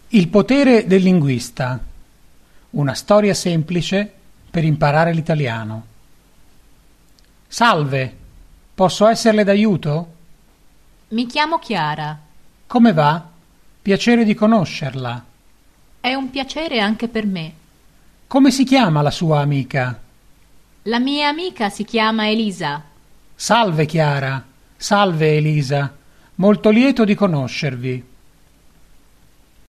Il potere del linguista. Una storia semplice per imparare l'italiano. Salve, posso esserle d'aiuto? Mi chiamo Chiara. Come va? Piacere di conoscerla. È un piacere anche per me. Come si chiama la sua amica? La mia amica si chiama Elisa. Salve Chiara, salve Elisa, molto lieto di conoscervi.